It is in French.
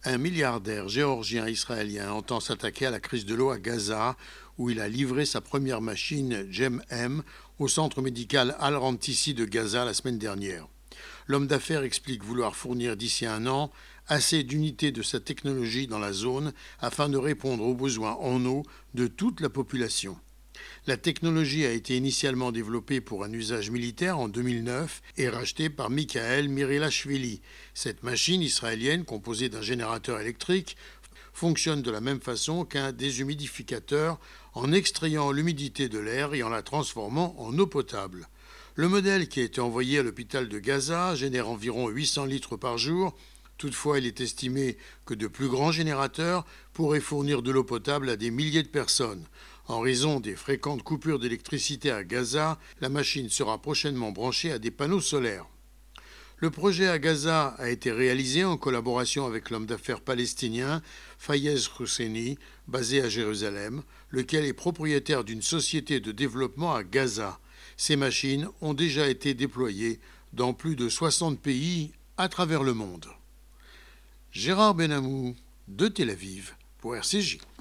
Un milliardaire géorgien-israélien entend s'attaquer à la crise de l'eau à Gaza, où il a livré sa première machine GEM-M au centre médical Al-Rantisi de Gaza la semaine dernière. L'homme d'affaires explique vouloir fournir d'ici un an assez d'unités de sa technologie dans la zone afin de répondre aux besoins en eau de toute la population. La technologie a été initialement développée pour un usage militaire en 2009 et rachetée par Mikhail Mirilashvili. Cette machine israélienne, composée d'un générateur électrique, fonctionne de la même façon qu'un déshumidificateur en extrayant l'humidité de l'air et en la transformant en eau potable. Le modèle qui a été envoyé à l'hôpital de Gaza génère environ 800 litres par jour. Toutefois, il est estimé que de plus grands générateurs pourraient fournir de l'eau potable à des milliers de personnes. En raison des fréquentes coupures d'électricité à Gaza, la machine sera prochainement branchée à des panneaux solaires. Le projet à Gaza a été réalisé en collaboration avec l'homme d'affaires palestinien Fayez Husseini, basé à Jérusalem, lequel est propriétaire d'une société de développement à Gaza. Ces machines ont déjà été déployées dans plus de 60 pays à travers le monde. Gérard Benamou de Tel Aviv pour RCJ.